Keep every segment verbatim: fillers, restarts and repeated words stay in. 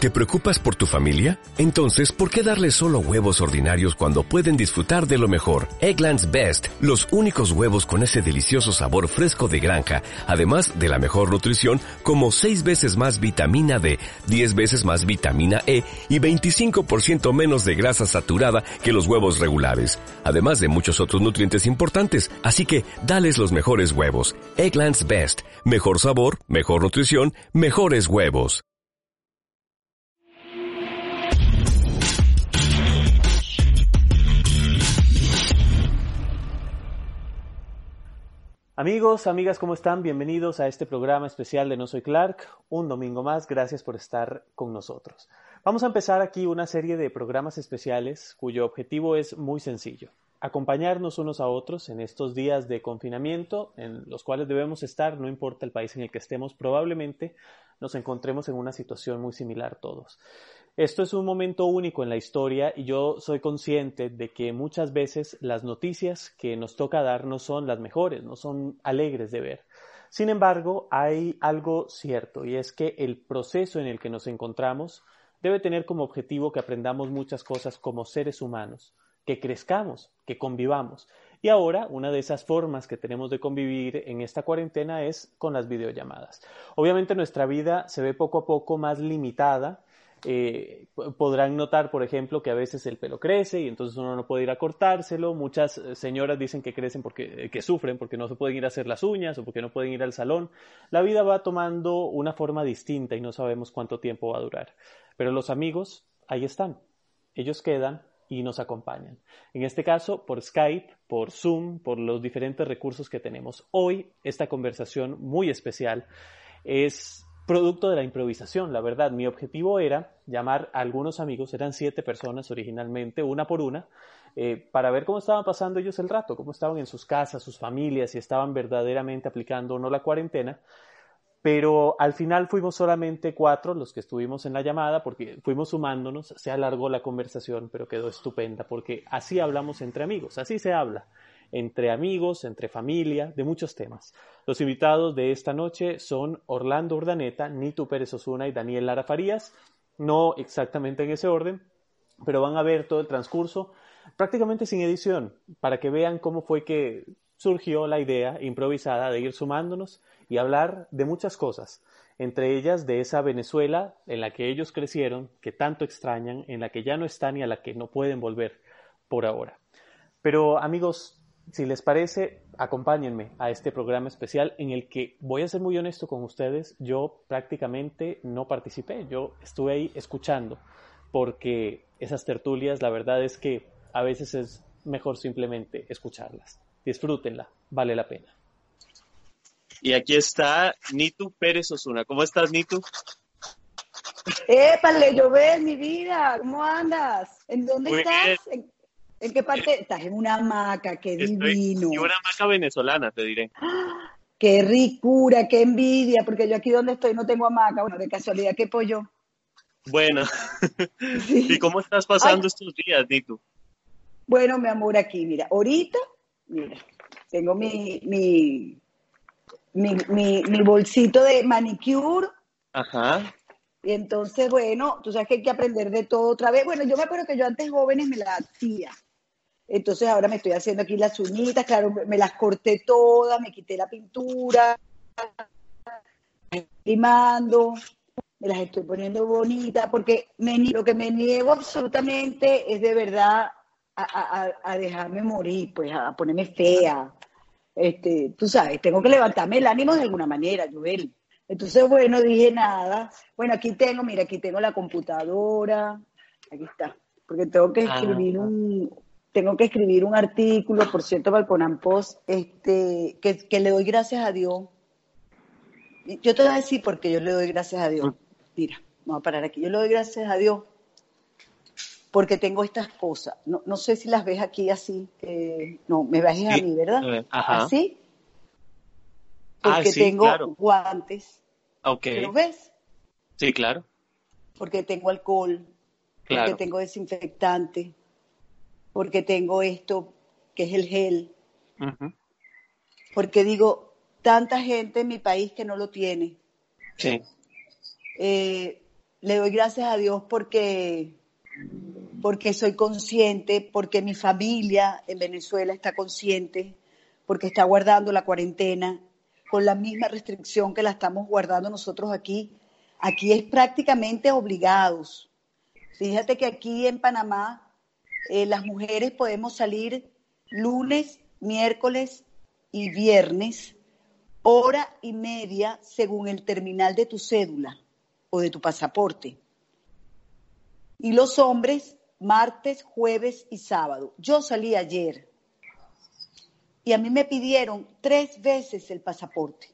¿Te preocupas por tu familia? Entonces, ¿por qué darles solo huevos ordinarios cuando pueden disfrutar de lo mejor? Eggland's Best, los únicos huevos con ese delicioso sabor fresco de granja, además de la mejor nutrición, como seis veces más vitamina D, diez veces más vitamina E y veinticinco por ciento menos de grasa saturada que los huevos regulares, además de muchos otros nutrientes importantes. Así que, dales los mejores huevos. Eggland's Best, mejor sabor, mejor nutrición, mejores huevos. Amigos, amigas, ¿cómo están? Bienvenidos a este programa especial de No Soy Clark. Un domingo más, gracias por estar con nosotros. Vamos a empezar aquí una serie de programas especiales cuyo objetivo es muy sencillo. Acompañarnos unos a otros en estos días de confinamiento en los cuales debemos estar, no importa el país en el que estemos, probablemente nos encontremos en una situación muy similar todos. Esto es un momento único en la historia y yo soy consciente de que muchas veces las noticias que nos toca dar no son las mejores, no son alegres de ver. Sin embargo, hay algo cierto y es que el proceso en el que nos encontramos debe tener como objetivo que aprendamos muchas cosas como seres humanos, que crezcamos, que convivamos. Y ahora, una de esas formas que tenemos de convivir en esta cuarentena es con las videollamadas. Obviamente nuestra vida se ve poco a poco más limitada. Eh, podrán notar, por ejemplo, que a veces el pelo crece y entonces uno no puede ir a cortárselo. Muchas señoras dicen que crecen porque que sufren porque no se pueden ir a hacer las uñas o porque no pueden ir al salón. La vida va tomando una forma distinta y no sabemos cuánto tiempo va a durar. Pero los amigos, ahí están. Ellos quedan y nos acompañan. En este caso, por Skype, por Zoom, por los diferentes recursos que tenemos. Hoy, esta conversación muy especial es producto de la improvisación, la verdad. Mi objetivo era llamar a algunos amigos, eran siete personas originalmente, una por una, eh, para ver cómo estaban pasando ellos el rato, cómo estaban en sus casas, sus familias, si estaban verdaderamente aplicando o no la cuarentena. Pero al final fuimos solamente cuatro los que estuvimos en la llamada porque fuimos sumándonos, se alargó la conversación, pero quedó estupenda porque así hablamos entre amigos, así se habla. Entre amigos, entre familia, de muchos temas. Los invitados de esta noche son Orlando Urdaneta, Nitu Pérez Osuna y Daniel Lara Farías, no exactamente en ese orden, pero van a ver todo el transcurso prácticamente sin edición, para que vean cómo fue que surgió la idea improvisada de ir sumándonos y hablar de muchas cosas, entre ellas de esa Venezuela en la que ellos crecieron, que tanto extrañan, en la que ya no están y a la que no pueden volver por ahora. Pero amigos, si les parece, acompáñenme a este programa especial en el que, voy a ser muy honesto con ustedes, yo prácticamente no participé, yo estuve ahí escuchando, porque esas tertulias, la verdad es que a veces es mejor simplemente escucharlas. Disfrútenla, vale la pena. Y aquí está Nitu Pérez Osuna. ¿Cómo estás, Nitu? ¡Épale, Jovel, mi vida! ¿Cómo andas? ¿En dónde Muy estás? ¿En, ¿En qué parte? Estás en una hamaca, qué Estoy divino. en una hamaca venezolana, te diré. ¡Ah! ¡Qué ricura, qué envidia! Porque yo aquí donde estoy no tengo hamaca. Bueno, de casualidad, ¿qué pollo? Bueno. Sí. ¿Y cómo estás pasando Ay, estos días, Nitu? bueno, mi amor, aquí, mira, ahorita, mira, tengo mi, mi, mi, mi, mi bolsito de manicure. Ajá. Y entonces, bueno, tú sabes que hay que aprender de todo otra vez. Bueno, yo me acuerdo que yo antes jóvenes me las hacía. Entonces ahora me estoy haciendo aquí las uñitas, claro, me, me las corté todas, me quité la pintura, limando, me las estoy poniendo bonitas, porque me, lo que me niego absolutamente es de verdad a, a, a dejarme morir, pues a ponerme fea. Este, tú sabes, tengo que levantarme el ánimo de alguna manera, Joel. Entonces, bueno, dije nada. Bueno, aquí tengo, mira, aquí tengo la computadora. Aquí está. Porque tengo que escribir Ah, un, tengo que escribir un artículo, por cierto, para el Conan Post, este, que, que le doy gracias a Dios. Yo te voy a decir por qué yo le doy gracias a Dios. Mira, vamos a parar aquí. Yo le doy gracias a Dios porque tengo estas cosas. No, no sé si las ves aquí así. Eh, no, me ves a sí. mí, ¿verdad? Eh, Ajá. Así. Ah, Porque sí, tengo claro. guantes. Ok. ¿Los ves? Sí, claro. Porque tengo alcohol, porque Claro. tengo desinfectante, porque tengo esto que es el gel, Uh-huh. porque digo, tanta gente en mi país que no lo tiene. Sí. Eh, le doy gracias a Dios porque, porque soy consciente, porque mi familia en Venezuela está consciente, porque está guardando la cuarentena con la misma restricción que la estamos guardando nosotros aquí. Aquí es prácticamente obligados. Fíjate que aquí en Panamá eh, las mujeres podemos salir lunes, miércoles y viernes, hora y media según el terminal de tu cédula o de tu pasaporte. Y los hombres, martes, jueves y sábado. Yo salí ayer y a mí me pidieron tres veces el pasaporte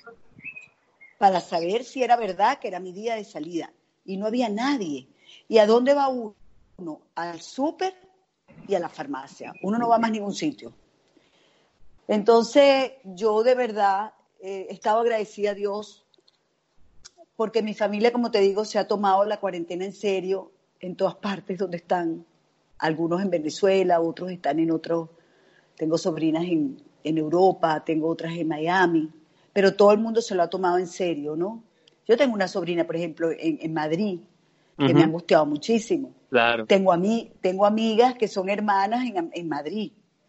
para saber si era verdad que era mi día de salida. Y no había nadie. ¿Y a dónde va uno? Al súper y a la farmacia. Uno no va más a ningún sitio. Entonces, yo de verdad eh, estaba agradecida a Dios porque mi familia, como te digo, se ha tomado la cuarentena en serio en todas partes donde están. Algunos en Venezuela, otros están en otros. Tengo sobrinas en, en Europa, tengo otras en Miami, pero todo el mundo se lo ha tomado en serio, ¿no? Yo tengo una sobrina, por ejemplo, en, en Madrid, que uh-huh. me ha angustiado muchísimo. Claro. Tengo, ami- tengo amigas que son hermanas en, en Madrid.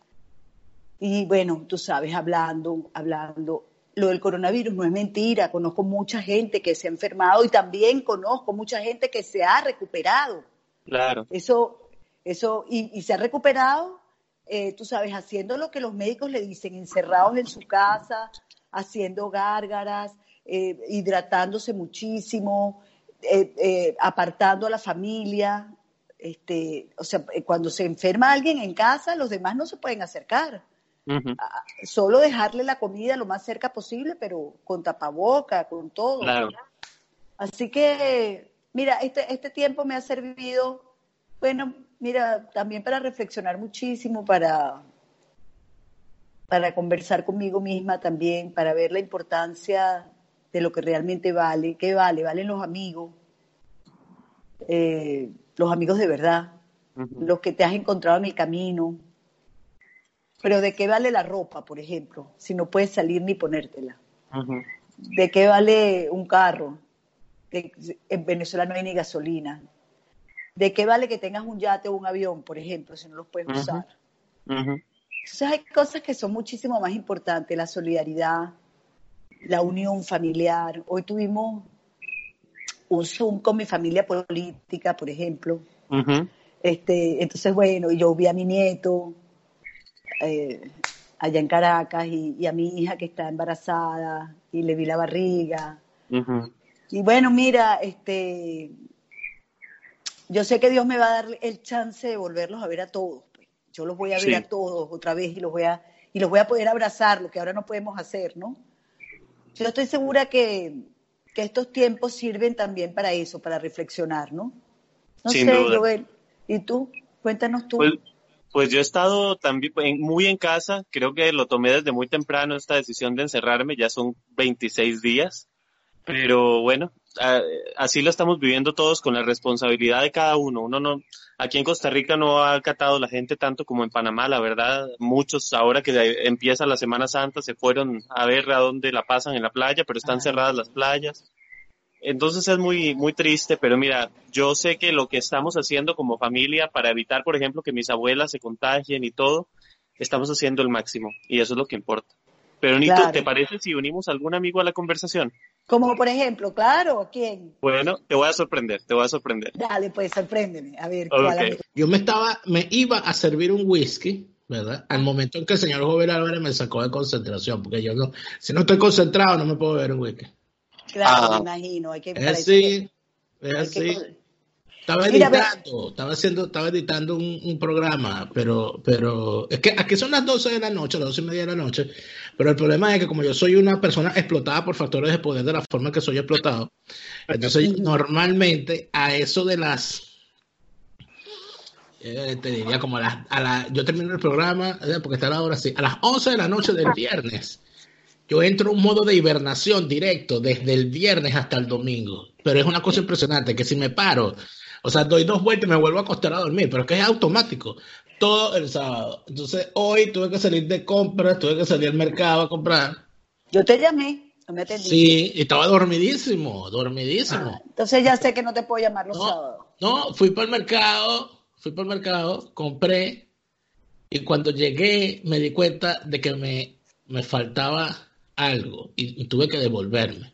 Y bueno, tú sabes, hablando, hablando. Lo del coronavirus no es mentira. Conozco mucha gente que se ha enfermado y también conozco mucha gente que se ha recuperado. Claro. Eso, eso, y, y se ha recuperado, eh, tú sabes, haciendo lo que los médicos le dicen, encerrados en su casa, haciendo gárgaras, eh, hidratándose muchísimo, eh, eh, apartando a la familia. Este, o sea, cuando se enferma alguien en casa, los demás no se pueden acercar. Uh-huh. Solo dejarle la comida lo más cerca posible, pero con tapaboca, con todo. Claro. Así que, mira, este, este tiempo me ha servido, bueno, mira, también para reflexionar muchísimo, para, para conversar conmigo misma también, para ver la importancia de lo que realmente vale. ¿Qué vale? Valen los amigos, eh, los amigos de verdad, uh-huh. los que te has encontrado en el camino. Pero ¿de qué vale la ropa, por ejemplo, si no puedes salir ni ponértela? Uh-huh. ¿De qué vale un carro? De, en Venezuela no hay ni gasolina. ¿De qué vale que tengas un yate o un avión, por ejemplo, si no los puedes uh-huh. usar? Uh-huh. Entonces hay cosas que son muchísimo más importantes, la solidaridad, la unión familiar. Hoy tuvimos un Zoom con mi familia política, por ejemplo. Uh-huh. Este, entonces, bueno, y yo vi a mi nieto, Eh, allá en Caracas y, y a mi hija que está embarazada y le vi la barriga uh-huh. y bueno, mira, este yo sé que Dios me va a dar el chance de volverlos a ver a todos, pues. Yo los voy a ver sí. a todos otra vez y los voy a y los voy a poder abrazar, lo que ahora no podemos hacer, ¿no? Yo estoy segura que, que estos tiempos sirven también para eso, para reflexionar, ¿no? No Sin sé, duda. Joel, ¿y tú? Cuéntanos tú. Pues... Pues yo he estado también muy en casa, creo que lo tomé desde muy temprano esta decisión de encerrarme, ya son veintiséis días, pero bueno, así lo estamos viviendo todos con la responsabilidad de cada uno. Uno no, aquí en Costa Rica no ha acatado la gente tanto como en Panamá, la verdad, muchos ahora que empieza la Semana Santa se fueron a ver a dónde la pasan en la playa, pero están cerradas las playas. Entonces es muy muy triste, pero mira, yo sé que lo que estamos haciendo como familia para evitar, por ejemplo, que mis abuelas se contagien y todo, estamos haciendo el máximo y eso es lo que importa. Pero Nito, claro. ¿te parece si unimos a algún amigo a la conversación? Como por ejemplo, claro, ¿quién? Bueno, te voy a sorprender, te voy a sorprender. Dale, pues sorpréndeme, a ver, okay. ¿cuál amigo? Yo me estaba, me iba a servir un whisky, ¿verdad? Al momento en que el señor Joven Álvarez me sacó de concentración, porque yo no, si no estoy concentrado no me puedo beber un whisky. Claro, ah, me imagino, hay que es así, es así. Que... Estaba Mira, editando, ve... estaba haciendo, estaba editando un, un programa, pero, pero es que aquí son las doce de la noche, las doce y media de la noche, pero el problema es que como yo soy una persona explotada por factores de poder de la forma que soy explotado, entonces normalmente a eso de las eh, te diría como a las, a la, yo termino el programa, eh, porque está la hora así, a las once de la noche del viernes. Yo entro en un modo de hibernación directo desde el viernes hasta el domingo. Pero es una cosa impresionante que si me paro, o sea, doy dos vueltas y me vuelvo a acostar a dormir, pero es que es automático todo el sábado. Entonces, hoy tuve que salir de compras, tuve que salir al mercado a comprar. Yo te llamé. No me atendiste. Sí, y estaba dormidísimo, dormidísimo. Ah, entonces ya sé que no te puedo llamar los no, sábados. no, fui para el mercado, fui para el mercado, compré, y cuando llegué me di cuenta de que me, me faltaba algo y, y tuve que devolverme.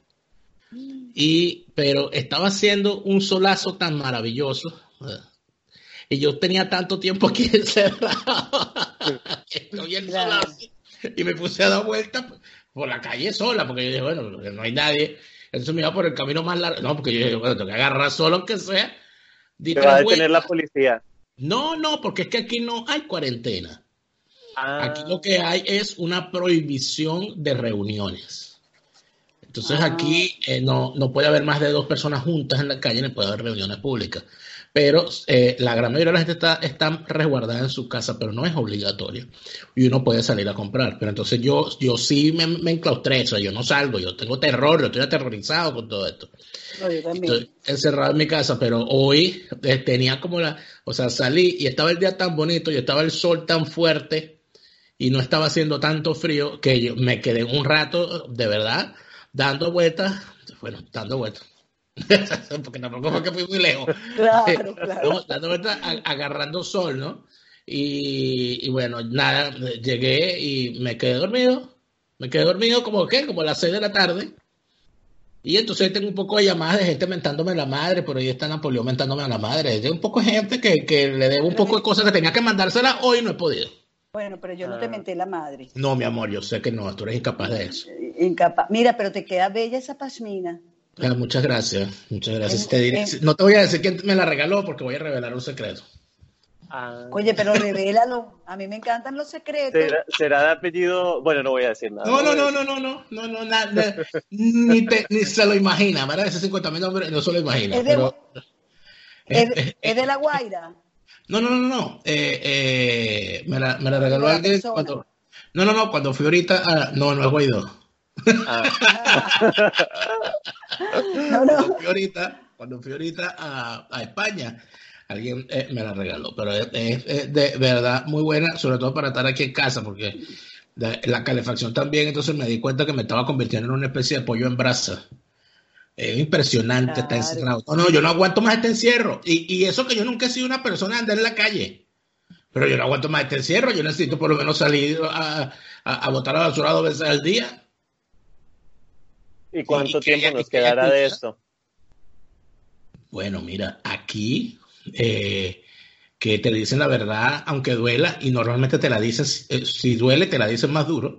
Y, pero estaba haciendo un solazo tan maravilloso, ¿verdad? Y yo tenía tanto tiempo aquí encerrado, estoy en Claro. solazo, y me puse a dar vueltas por la calle sola, porque yo dije, bueno, no hay nadie. Entonces me iba por el camino más largo, no, porque yo dije, bueno, tengo que agarrar solo aunque sea, di Te va a tres detener la vueltas. policía. No, no, porque es que aquí no hay cuarentena. Aquí Ah, lo que hay es una prohibición de reuniones. Entonces Ah, aquí eh, no, no puede haber más de dos personas juntas en la calle, ni puede haber reuniones públicas. Pero eh, la gran mayoría de la gente está, está resguardada en su casa, pero no es obligatorio. Y uno puede salir a comprar. Pero entonces yo, yo sí me, me enclaustré, o sea, yo no salgo, yo tengo terror, yo estoy aterrorizado con todo esto. no, yo también. Estoy encerrado en mi casa, pero hoy eh, tenía como la, o sea, salí y estaba el día tan bonito y estaba el sol tan fuerte y no estaba haciendo tanto frío que yo me quedé un rato, de verdad, dando vueltas, bueno, dando vueltas, porque tampoco fue que fui muy lejos, Claro, claro. no, dando vueltas, a- agarrando sol, ¿no? Y, y bueno, nada, llegué y me quedé dormido, me quedé dormido como, ¿qué? Como a las seis de la tarde. Y entonces tengo un poco de llamadas de gente mentándome la madre, por ahí está Napoleón mentándome a la madre. Hay un poco de gente que, que le debo un Pero poco de mi- cosas que tenía que mandárselas hoy y no he podido. Bueno, pero yo no te ah. menté la madre. No, mi amor, yo sé que no, tú eres incapaz de eso. Incapaz. Mira, pero te queda bella esa pashmina. Ah, muchas gracias, muchas gracias. Es- Te diré- es- no te voy a decir quién me la regaló porque voy a revelar un secreto. Ah. Oye, pero revélalo. A mí me encantan los secretos. ¿Será, será de apellido? Bueno, no voy a decir nada. No, no, voy a no, decir. no, no, no, no, no, nada, ni, te- ni se lo imagina, ¿verdad? Ese cincuenta mil nombres no se lo imagina, Es de, pero... es, es de La Guaira. No, no, no, no, no. Eh, eh, me la, me la No regaló digo la alguien persona. cuando... No, no, no, cuando fui ahorita a... No, no es Guaidó. Ah. No, Cuando no. fui ahorita, cuando fui ahorita a, a España, alguien eh, me la regaló, pero es, es- es de verdad muy buena, sobre todo para estar aquí en casa, porque la, la calefacción también, entonces me di cuenta que me estaba convirtiendo en una especie de pollo en brasa. Es impresionante estar Claro. encerrado. No, no, yo no aguanto más este encierro. Y, y eso que yo nunca he sido una persona de andar en la calle. Pero yo no aguanto más este encierro. Yo necesito por lo menos salir a, a, a botar la basura dos veces al día. ¿Y cuánto Y que tiempo haya- nos y que haya quedará de actividad. esto? Bueno, mira, aquí eh, que te dicen la verdad, aunque duela, y normalmente te la dicen, eh, si duele, te la dicen más duro.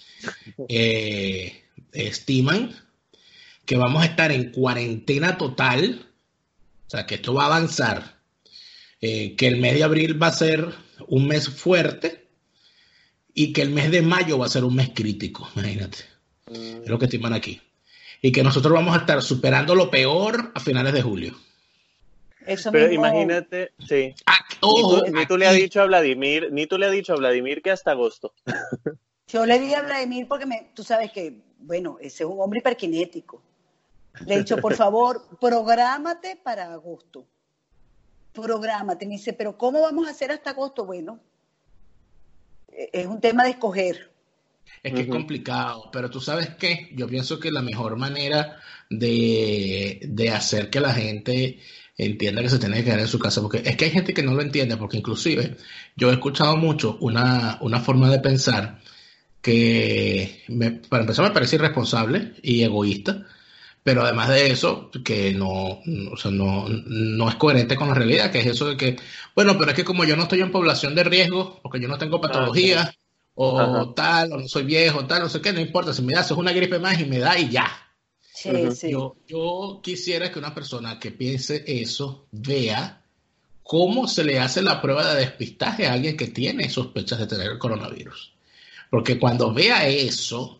Eh, estiman que vamos a estar en cuarentena total, o sea, que esto va a avanzar, eh, que el mes de abril va a ser un mes fuerte y que el mes de mayo va a ser un mes crítico, imagínate, es lo que estiman aquí. Y que nosotros vamos a estar superando lo peor a finales de julio. Eso Pero mismo. imagínate, sí. Aquí, Ni tú, ojo, ni tú le has aquí, dicho a Vladimir, ni tú le has dicho a Vladimir que hasta agosto. Yo le dije a Vladimir porque me, tú sabes que, bueno, ese es un hombre hiperkinético. Le he dicho, por favor, prográmate para agosto. Prográmate. Me dice, pero ¿cómo vamos a hacer hasta agosto? Bueno, eh, es un tema de escoger. es que es Ujú. complicado, pero tú sabes qué, yo pienso que la mejor manera de, de hacer que la gente entienda que se tiene que quedar en su casa, porque es que hay gente que no lo entiende, porque inclusive yo he escuchado mucho una, una forma de pensar que me- para empezar me parece irresponsable y egoísta, pero además de eso, que no, no, o sea, no, no es coherente con la realidad, que es eso de que, bueno, pero es que como yo no estoy en población de riesgo, porque yo no tengo Ah, sí. patologías, Ajá. o tal, o no soy viejo, tal, no sé qué, no importa, si me da, eso es una gripe más y me da y ya. Sí, Ujú. sí. Yo, yo quisiera que una persona que piense eso vea cómo se le hace la prueba de despistaje a alguien que tiene sospechas de tener el coronavirus. Porque cuando vea eso,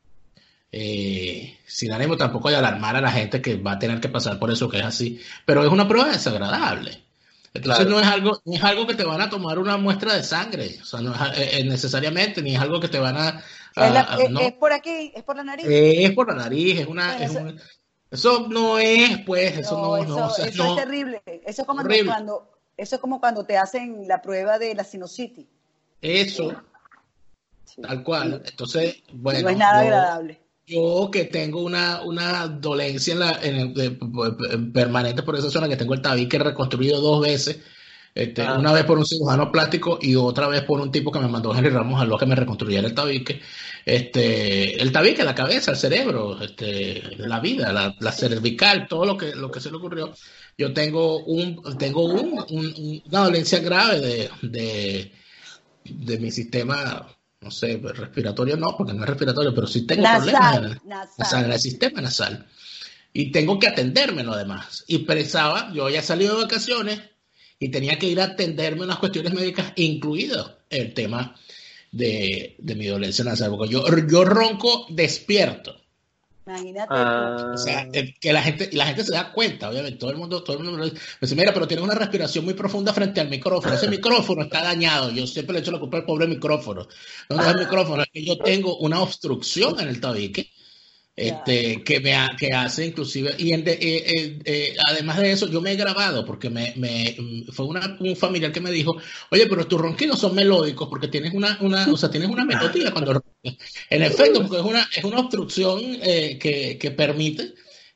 eh, sin ánimo tampoco de alarmar a la gente que va a tener que pasar por eso, que es así, pero es una prueba desagradable. Entonces Claro. no es algo, no es algo que te van a tomar una muestra de sangre, o sea, no es eh, eh, necesariamente, ni es algo que te van a, Es, la- a- a- es- no, es por aquí, es por la nariz. eh, es por la nariz, es una, Bueno, es eso, un, eso no es, pues, eso no, no, no, o eso, sea, eso es no, terrible. Eso es como cuando, horrible, cuando- eso es como cuando te hacen la prueba de la sinusitis. eso, Sí. tal No, cual. Entonces, no es bueno, nada yo, agradable. Yo que tengo una, una dolencia en la, en el, de, de, permanente por esa zona, que tengo el tabique reconstruido dos veces, este, ah. una vez por un cirujano plástico y otra vez por un tipo que me mandó Henry Ramos a lo que me reconstruyera el tabique. Este, el tabique, la cabeza, el cerebro, este, la vida, la, la cervical, todo lo que, lo que se le ocurrió. Yo tengo un, tengo un, un, una dolencia grave de, de, de mi sistema, no sé, respiratorio no, porque no es respiratorio, pero sí tengo nasal, problemas en el, nasal. en el sistema nasal. Y tengo que atendérmelo además. Y pensaba, yo ya salí de vacaciones y tenía que ir a atenderme unas cuestiones médicas, incluido el tema de, de mi dolencia nasal, porque yo, yo ronco despierto. Imagínate. Ah. O sea, que la gente, y la gente se da cuenta, obviamente, todo el mundo, todo el mundo me dice, mira, pero tienes una respiración muy profunda frente al micrófono, ese micrófono está dañado, yo siempre le echo la culpa al pobre micrófono, no, no es el micrófono, es que yo tengo una obstrucción en el tabique, este, yeah. que me ha, que hace inclusive, y en de, eh, eh, eh, además de eso, yo me he grabado, porque me, me fue una, un familiar que me dijo, oye, pero tus ronquidos son melódicos, porque tienes una, una, o sea, tienes una melodía cuando roncas. En efecto, porque es una, es una obstrucción eh, que, que permite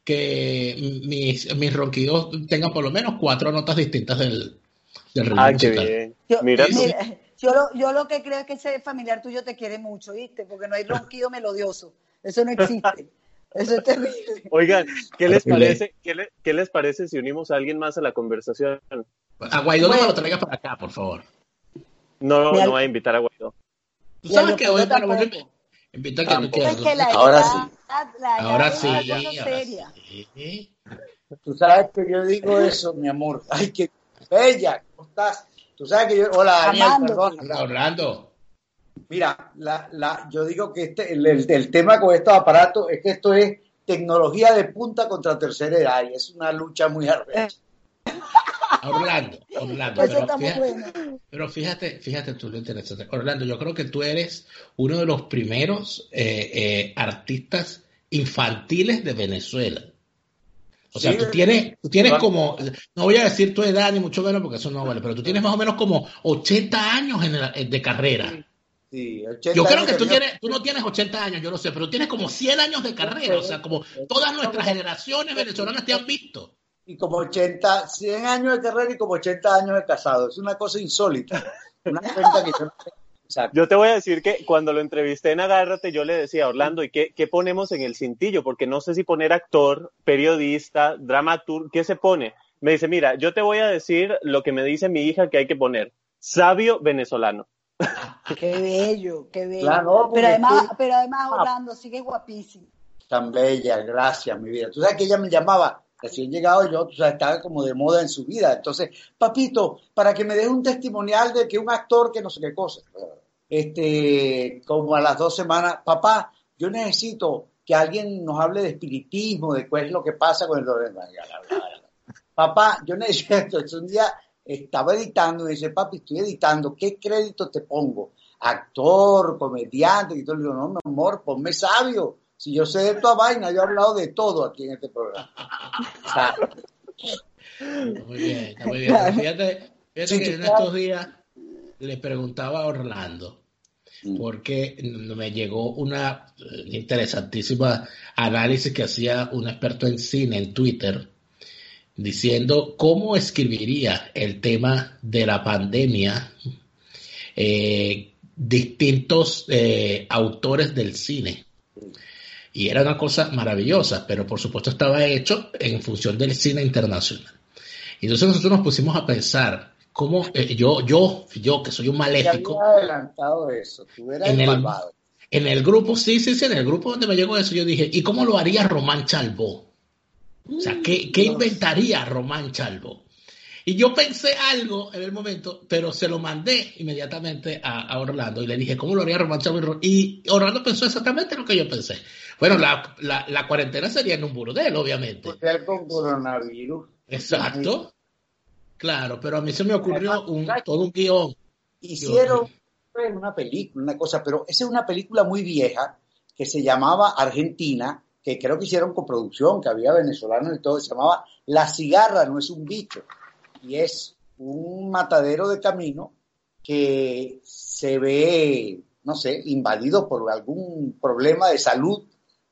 que mis, mis ronquidos tengan por lo menos cuatro notas distintas del, del ritmo ah, musical. Qué bien. Yo, mira, mira yo, lo, yo lo que creo es que ese familiar tuyo te quiere mucho, ¿viste? Porque no hay ronquido melodioso. Eso no existe. Eso es terrible. Oigan, ¿qué les parece, qué, le, ¿qué les parece si unimos a alguien más a la conversación? A Guaidó bueno. no me lo traigas para acá, por favor. No, no voy a invitar a Guaidó. ¿Tú sabes que hoy bueno, invita a que tú quieras? Que la ahora edad, sí. La ahora sí. Ahora sí. Tú sabes que yo digo eso, mi amor. Ay, qué bella. ¿Cómo estás? Tú sabes que yo... Hola, Daniel, Amando. perdón. Hola, Orlando. Mira, la, la, yo digo que este, el, el, el tema con estos aparatos es que esto es tecnología de punta contra tercera edad y es una lucha muy arrecha. Orlando, Orlando, pero fíjate, bueno. pero fíjate, fíjate tú lo interesante. Orlando, yo creo que tú eres uno de los primeros eh, eh, artistas infantiles de Venezuela. O sea, sí, tú tienes, tú tienes como, no voy a decir tu edad ni mucho menos porque eso no vale, pero tú tienes más o menos como ochenta años en la, de carrera. Sí. Sí, yo creo que tú, tienes, tú no tienes ochenta años, yo no sé, pero tienes como cien años de carrera, o sea, como todas nuestras generaciones venezolanas te han visto. Y como ochenta, cien años de carrera y como ochenta años de casado, es una cosa insólita. Una cuenta que yo, no yo te voy a decir que cuando lo entrevisté en Agárrate, yo le decía a Orlando, ¿y qué, qué ponemos en el cintillo? Porque no sé si poner actor, periodista, dramaturgo, ¿qué se pone? Me dice, mira, yo te voy a decir lo que me dice mi hija que hay que poner, sabio venezolano. Qué bello, qué bello. Claro, pero además, tú... pero además Orlando sigue guapísimo. Tan bella, gracias, mi vida. Tú sabes que ella me llamaba, recién llegado yo, tú sabes, estaba como de moda en su vida. Entonces, papito, para que me des un testimonial de que un actor que no sé qué cosa. Este, como a las dos semanas, papá, yo necesito que alguien nos hable de espiritismo, de cuál es lo que pasa con el dolor. Papá, yo necesito esto. Es un día... Estaba editando y me dice, papi, estoy editando, ¿qué crédito te pongo? Actor, comediante, y todo. Le digo, no, mi amor, ponme sabio. Si yo sé de toda vaina, yo he hablado de todo aquí en este programa. O sea, muy bien, está muy bien. Pero fíjate, fíjate sí, que en estos días le preguntaba a Orlando, mm. porque me llegó una interesantísima análisis que hacía un experto en cine en Twitter, diciendo cómo escribiría el tema de la pandemia eh, distintos eh, autores del cine. Y era una cosa maravillosa, pero por supuesto estaba hecho en función del cine internacional. Y entonces nosotros nos pusimos a pensar cómo eh, yo, yo, yo que soy un maléfico. Ya había adelantado eso, tú eras en el malvado. En el grupo, sí, sí, sí, en el grupo donde me llegó eso, yo dije, ¿y cómo lo haría Román Chalbó? O sea, ¿qué, qué inventaría Román Chalbó? Y yo pensé algo en el momento, pero se lo mandé inmediatamente a, a Orlando y le dije, ¿cómo lo haría Román Chalbó? Y Orlando pensó exactamente lo que yo pensé. Bueno, la, la, la cuarentena sería en un burdel, obviamente. Porque con coronavirus. Exacto. Claro, pero a mí se me ocurrió un, todo un guión. Hicieron una película, una cosa, pero esa es una película muy vieja que se llamaba Argentina, que creo que hicieron coproducción, que había venezolanos y todo, se llamaba La cigarra no es un bicho, y es un matadero de camino que se ve, no sé, invadido por algún problema de salud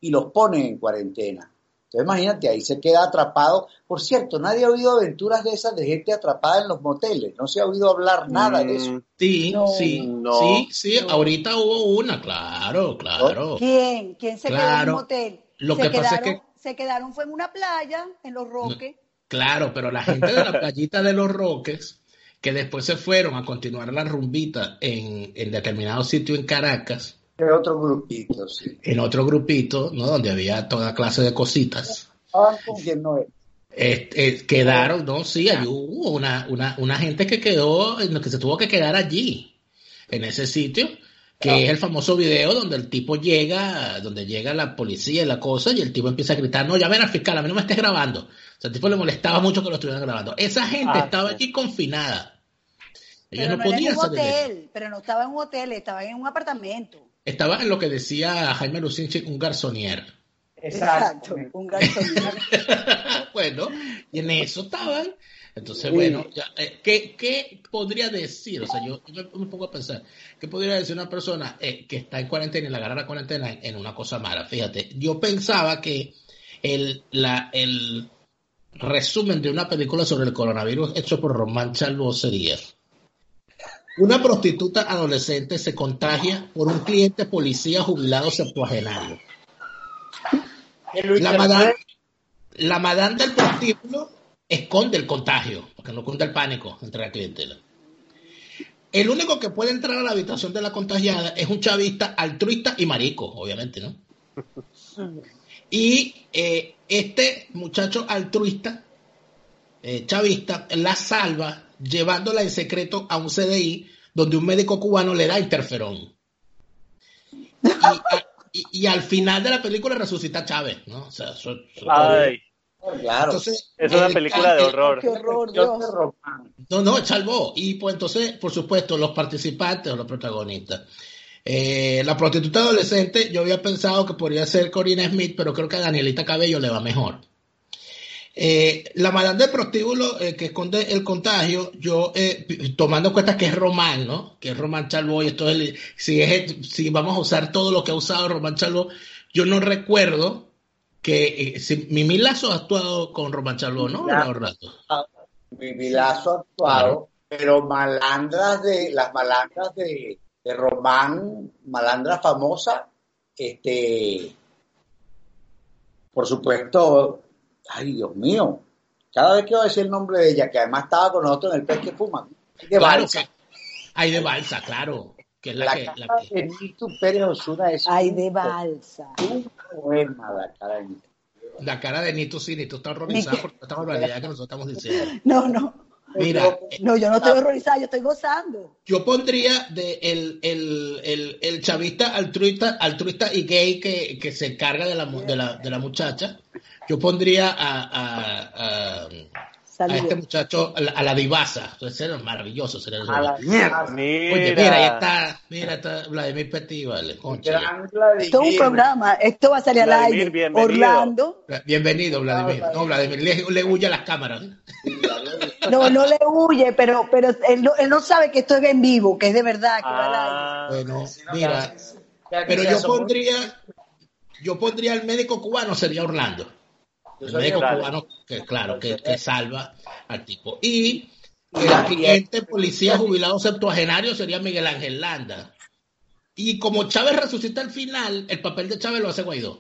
y los ponen en cuarentena. Entonces imagínate, ahí se queda atrapado. Por cierto, nadie ha oído aventuras de esas de gente atrapada en los moteles. No se ha oído hablar nada de eso. Sí, No, sí, no, sí, sí. no. Ahorita hubo una, claro, claro. ¿Quién? ¿Quién se quedó en Claro. un motel? Lo se que pasa es quedaron, que- se quedaron fue en una playa, en Los Roques. Claro, pero la gente de la playita de Los Roques, que después se fueron a continuar la rumbita en, en determinado sitio en Caracas, Es otro grupito, sí. en otro grupito, ¿no? Donde había toda clase de cositas. Estaban con quien no es. Eh, eh, quedaron, no, sí, allí hubo una, una, una gente que quedó, que se tuvo que quedar allí, en ese sitio, que Ah. es el famoso video donde el tipo llega, donde llega la policía y la cosa, y el tipo empieza a gritar, no, llamen al fiscal, a mí no me estés grabando. O sea, el tipo le molestaba mucho que lo estuvieran grabando. Esa gente Ah, estaba sí. allí confinada. Ellos Pero no no era en podían un salir de allí. hotel, pero no estaba en un hotel, estaba en un apartamento. Estaba en lo que decía Jaime Lucinchi, un garzonier. Exacto, un garzonero. Bueno, y en eso estaban. Entonces, Sí. bueno, ya, eh, ¿qué, ¿qué podría decir? O sea, yo, yo me, me pongo a pensar, ¿qué podría decir una persona eh, que está en cuarentena y le agarra la cuarentena en, en una cosa mala? Fíjate, yo pensaba que el, la, el resumen de una película sobre el coronavirus hecho por Román Chalbaud sería: una prostituta adolescente se contagia por un cliente policía jubilado septuagenario. La madame, la madame del prostíbulo esconde el contagio, porque no cunde el pánico entre la clientela. El único que puede entrar a la habitación de la contagiada es un chavista altruista y marico, obviamente, ¿no? Y eh, este muchacho altruista, eh, chavista, la salva llevándola en secreto a un C D I donde un médico cubano le da interferón. Y, a, y, y al final de la película resucita a Chávez, ¿no? O sea, eso, eso Ay, Claro. entonces, es una el película ca- de el- horror. Qué horror, Yo Dios. te Román. No, no, salvó. Y pues entonces, por supuesto, los participantes o los protagonistas. Eh, la prostituta adolescente, yo había pensado que podría ser Corina Smith, pero creo que a Danielita Cabello le va mejor. Eh, la madame del prostíbulo eh, que esconde el contagio, yo eh, tomando en cuenta que es Román, ¿no? Que es Román Chalbaud, y esto es el- si, es, si vamos a usar todo lo que ha usado Román Chalbaud, yo no recuerdo que eh, si Mimi Lazo ha actuado con Román Chalbaud, ¿no? Ya. Orlando. Vivilazo ha actuado, pero malandras de, las malandras de, de Román, malandra famosa, este, por supuesto, ay Dios mío, cada vez que voy a decir el nombre de ella, que además estaba con nosotros en el Pez que Fuma, de Claro Balsa, que hay de Balsa, claro, que es la, la que, cara la que- de Nito Pérez Osuna es Ay, un de balsa. un poema, la cara de Nito. la cara de Nito, sí, Nito está horrorizada por esta barbaridad que nosotros estamos diciendo. No, no. Mira, eh, No, yo no estoy horrorizada, yo estoy gozando. yo pondría de el, el, el, el chavista altruista, altruista y gay que, que se encarga de la, mu- de la, de la muchacha. Yo pondría a, a, a, a Saludos. este muchacho, a la, a la divasa. Entonces era maravilloso. Sería el A la Oye, mierda. Mira, mira, ahí está, mira, está Vladimir Petit, vale, concha. Gran Vladimir. Esto es un programa, esto va a salir al Vladimir, aire. bienvenido. Orlando, Bienvenido, Vladimir. No, Vladimir le, le huye a las cámaras. no, no le huye, pero, pero él, no, él no sabe que esto es en vivo, que es de verdad, que va al aire. ah, Bueno, Sí, no, mira, ya que pero ya yo somos- pondría, yo pondría al médico cubano, sería Orlando. Yo El soy médico Claro. cubano, que claro, que, que salva al tipo. Y el cliente policía jubilado septuagenario sería Miguel Ángel Landa. Y como Chávez resucita al final, el papel de Chávez lo hace Guaidó.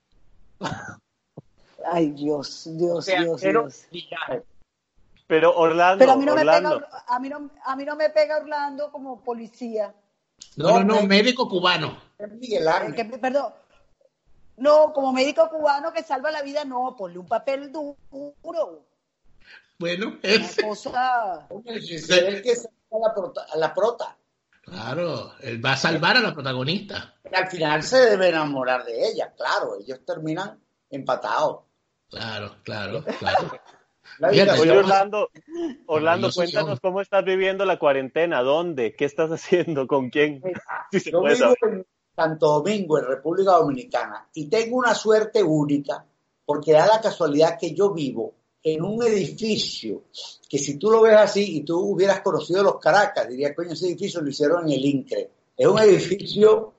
Ay, Dios, Dios, O sea, Dios, pero- Dios. pero Orlando, Pero a mí no me Orlando. pega, a mí no, a mí no me pega Orlando como policía. No, no, no, No, médico cubano. Es Miguel Eh, Ángel. que- perdón. No, como médico cubano que salva la vida, no, ponle un papel duro. Bueno, Una es, cosa. Es el que saca a la prota, a la prota. claro, él va a salvar a la protagonista. Al final se debe enamorar de ella, claro, ellos terminan empatados. Claro, claro, claro. La Fíjate, habitación- Oye, Orlando, Orlando, Maravilloso cuéntanos son. cómo estás viviendo la cuarentena, ¿dónde? ¿Qué estás haciendo? ¿Con quién? Si se Yo puede vivo saber. en Santo Domingo, en República Dominicana, y tengo una suerte única, porque da la casualidad que yo vivo en un edificio que si tú lo ves así y tú hubieras conocido los Caracas, dirías, coño, ese edificio lo hicieron en el INCRE. Es un edificio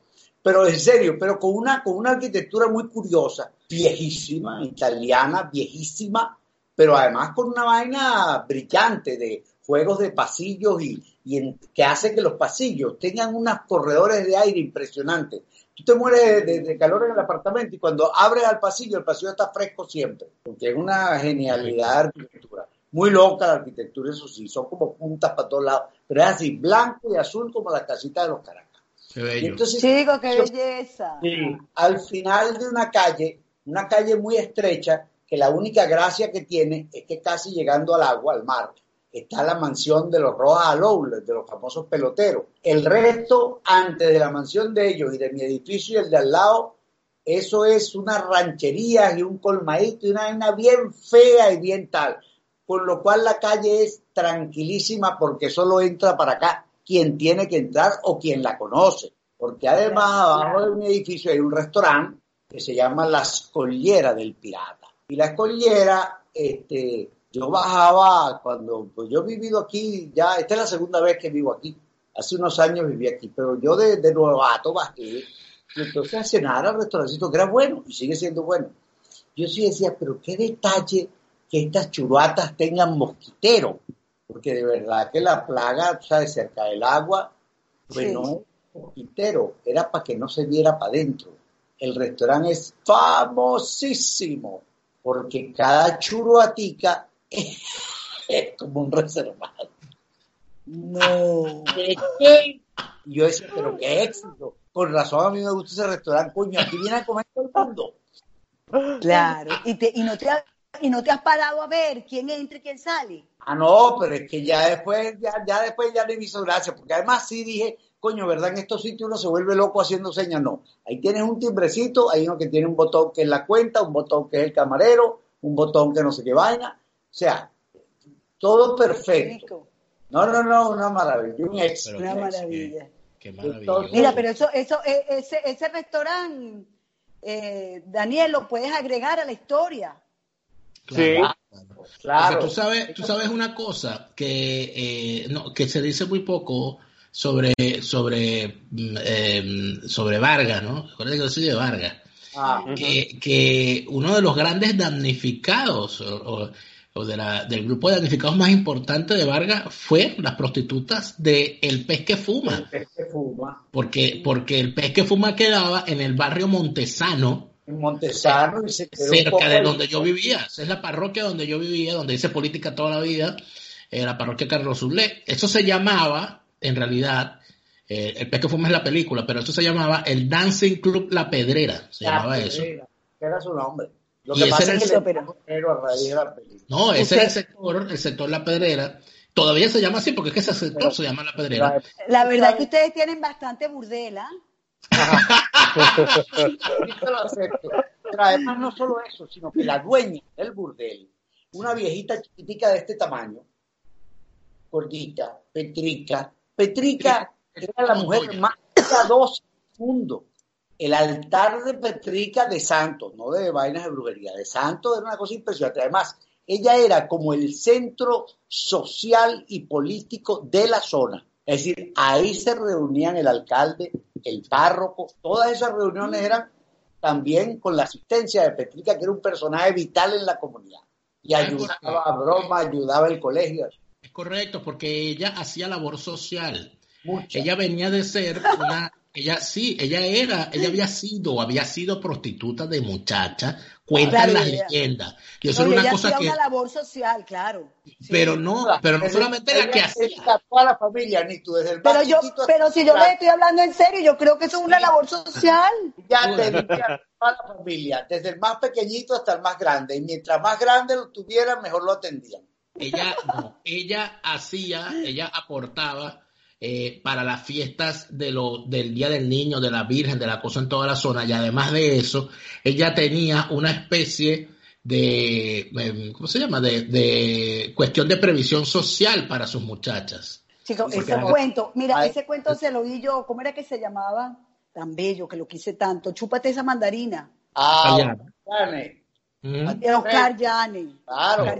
pero en serio, pero con una, con una arquitectura muy curiosa, viejísima, italiana, viejísima, pero además con una vaina brillante de juegos de pasillos y, y en, que hace que los pasillos tengan unos corredores de aire impresionantes. Tú te mueres de, de calor en el apartamento y cuando abres al pasillo, el pasillo está fresco siempre, porque es una genialidad de arquitectura. Muy loca la arquitectura, eso sí, son como puntas para todos lados, pero es así, blanco y azul como la casita de los Caracas. Qué bello. Entonces, Chico, qué yo, belleza. sí, al final de una calle, una calle muy estrecha, que la única gracia que tiene es que casi llegando al agua, al mar, está la mansión de los Rojas Lowell, de los famosos peloteros. El resto, antes de la mansión de ellos y de mi edificio y el de al lado, eso es una ranchería y un colmadito y una vaina bien fea y bien tal. Con lo cual la calle es tranquilísima porque solo entra para acá quien tiene que entrar o quien la conoce. Porque además abajo de mi edificio hay un restaurante que se llama La Escollera del Pirata. Y La Escollera, este... yo bajaba cuando, pues yo he vivido aquí, ya, esta es la segunda vez que vivo aquí, hace unos años viví aquí, pero yo de, de novato bajé, y entonces a cenar al restaurancito, que era bueno, y sigue siendo bueno. Yo sí decía, pero qué detalle que estas churuatas tengan mosquitero, porque de verdad que la plaga, ¿sabes?, cerca del agua, pues sí. No es mosquitero, era para que no se viera para adentro. El restaurante es famosísimo, porque cada churuatica es como un reservado. No. ¿Qué, qué? Y yo decía, pero qué éxito. Con razón a mí me gusta ese restaurante, coño, aquí viene a comer todo el mundo. Claro, y, te, y, no te ha, y no te has parado a ver quién entra y quién sale. Ah, no, pero es que ya después, ya, ya después ya le hizo gracia, porque además sí dije, coño, ¿verdad? En estos sitios uno se vuelve loco haciendo señas. No, ahí tienes un timbrecito, hay uno que tiene un botón que es la cuenta, un botón que es el camarero, un botón que no sé qué vaina. O sea, todo perfecto. No, no, no, una maravilla, un éxito. Una maravilla. Qué, qué maravilla. Entonces, mira, pero eso, eso, ese, ese restaurante, eh, Daniel, lo puedes agregar a la historia. Claro, sí, claro. Tú sabes, tú sabes una cosa que, eh, no, que se dice muy poco sobre, sobre, eh, sobre Vargas, ¿no? Recuerda que yo soy de Vargas. Ah, que, uh-huh. que uno de los grandes damnificados o, o, o de la, del grupo de damnificados más importante de Vargas fue las prostitutas de El Pez que Fuma. El Pez que Fuma. Porque, porque El Pez que Fuma quedaba en el barrio Montesano. En Montesano. Y se quedó cerca de donde yo vivía. Esa es la parroquia donde yo vivía, donde hice política toda la vida. Eh, la parroquia Carlos Urlé. Eso se llamaba, en realidad... Eh, El Pez que Fuma es la película, pero eso se llamaba el Dancing Club La Pedrera, se la llamaba Pedrera, eso. Era su nombre. Lo y que pasa es que el, le pero a raíz de la película. No, ese era el sector, el sector La Pedrera. Todavía se llama así porque es que ese sector pero, se llama La Pedrera. La verdad es que ustedes tienen bastante burdela. Pero además no solo eso, sino que la dueña del burdel, una viejita chiquitica de este tamaño, gordita, Petrica, Petrica era la mujer más piadosa del mundo. El altar de Petrica de Santos, no de vainas de brujería, de Santos era una cosa impresionante. Además, ella era como el centro social y político de la zona. Es decir, ahí se reunían el alcalde, el párroco, todas esas reuniones eran también con la asistencia de Petrica, que era un personaje vital en la comunidad. Y ayudaba a broma, ayudaba el colegio. Es correcto, porque ella hacía labor social. Mucha. Ella venía de ser una, ella sí, ella era, ella había sido, había sido prostituta de muchacha, cuentan las leyendas. Y eso no, era una ella cosa hacía que una labor social, claro. Sí. Pero no, pero no solamente la que hacía. Toda la familia, ni tú desde el Pero yo, pero si yo le estoy hablando en serio, yo creo que eso es una labor social. Ya te limpian toda la familia, desde el más pequeñito hasta el más grande, y mientras más grande lo tuvieran, mejor lo atendían. Ella, no, ella hacía, ella aportaba eh, para las fiestas de lo, del Día del Niño, de la Virgen, de la cosa en toda la zona, y además de eso, ella tenía una especie de, ¿cómo se llama? De, de cuestión de previsión social para sus muchachas. Chicos, ese era... cuento, mira, Ay. ese cuento se lo oí yo, ¿cómo era que se llamaba? Tan bello, que lo quise tanto, chúpate esa mandarina. Ah, Oscar Llane. ¿Mm? Oscar Llane. Claro. Oscar...